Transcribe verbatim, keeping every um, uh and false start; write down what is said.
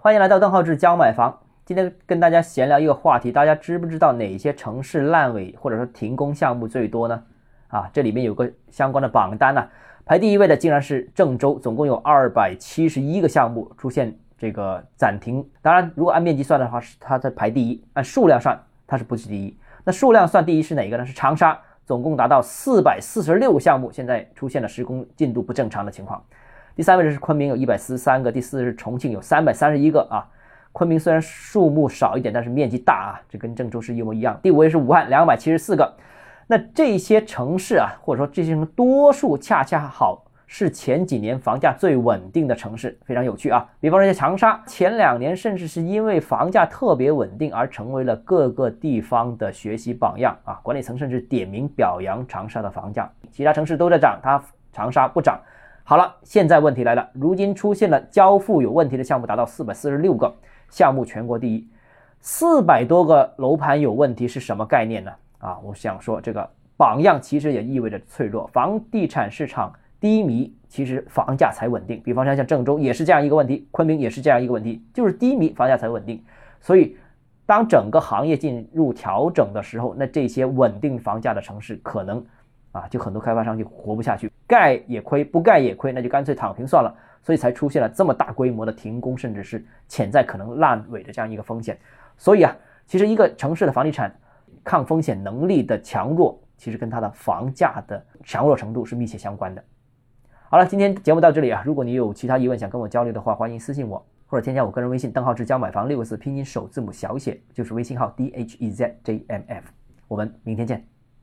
欢迎来到邓浩志教买房。今天跟大家闲聊一个话题，大家知不知道哪些城市烂尾或者说停工项目最多呢？啊，这里面有个相关的榜单啊，排第一位的竟然是郑州，总共有二百七十一个项目出现这个暂停。当然，如果按面积算的话，是它在排第一；按数量算，它是不是第一？那数量算第一是哪个呢？是长沙，总共达到四百四十六个项目，现在出现了施工进度不正常的情况。第三位是昆明，有一百四十三个，第四是重庆，有三百三十一个啊。昆明虽然数目少一点，但是面积大啊，这跟郑州是一模一样。第五位是武汉，两百七十四个。那这些城市啊，或者说这些多数恰恰好是前几年房价最稳定的城市，非常有趣啊。比方说长沙，前两年甚至是因为房价特别稳定而成为了各个地方的学习榜样啊。管理层甚至点名表扬长沙的房价，其他城市都在涨，它长沙不涨。好了，现在问题来了，如今出现了交付有问题的项目达到四百四十六个，项目全国第一，四百多个楼盘有问题是什么概念呢？啊，我想说这个榜样其实也意味着脆弱，房地产市场低迷，其实房价才稳定。比方说像郑州也是这样一个问题，昆明也是这样一个问题，就是低迷房价才稳定。所以当整个行业进入调整的时候，那这些稳定房价的城市可能啊，就很多开发商就活不下去，盖也亏，不盖也亏，那就干脆躺平算了。所以才出现了这么大规模的停工，甚至是潜在可能烂尾的这样一个风险。所以啊，其实一个城市的房地产抗风险能力的强弱，其实跟它的房价的强弱程度是密切相关的。好了，今天节目到这里啊，如果你有其他疑问想跟我交流的话，欢迎私信我或者添加我个人微信邓浩志教买房六个字拼音首字母小写，就是微信号 D H E Z J M F。我们明天见。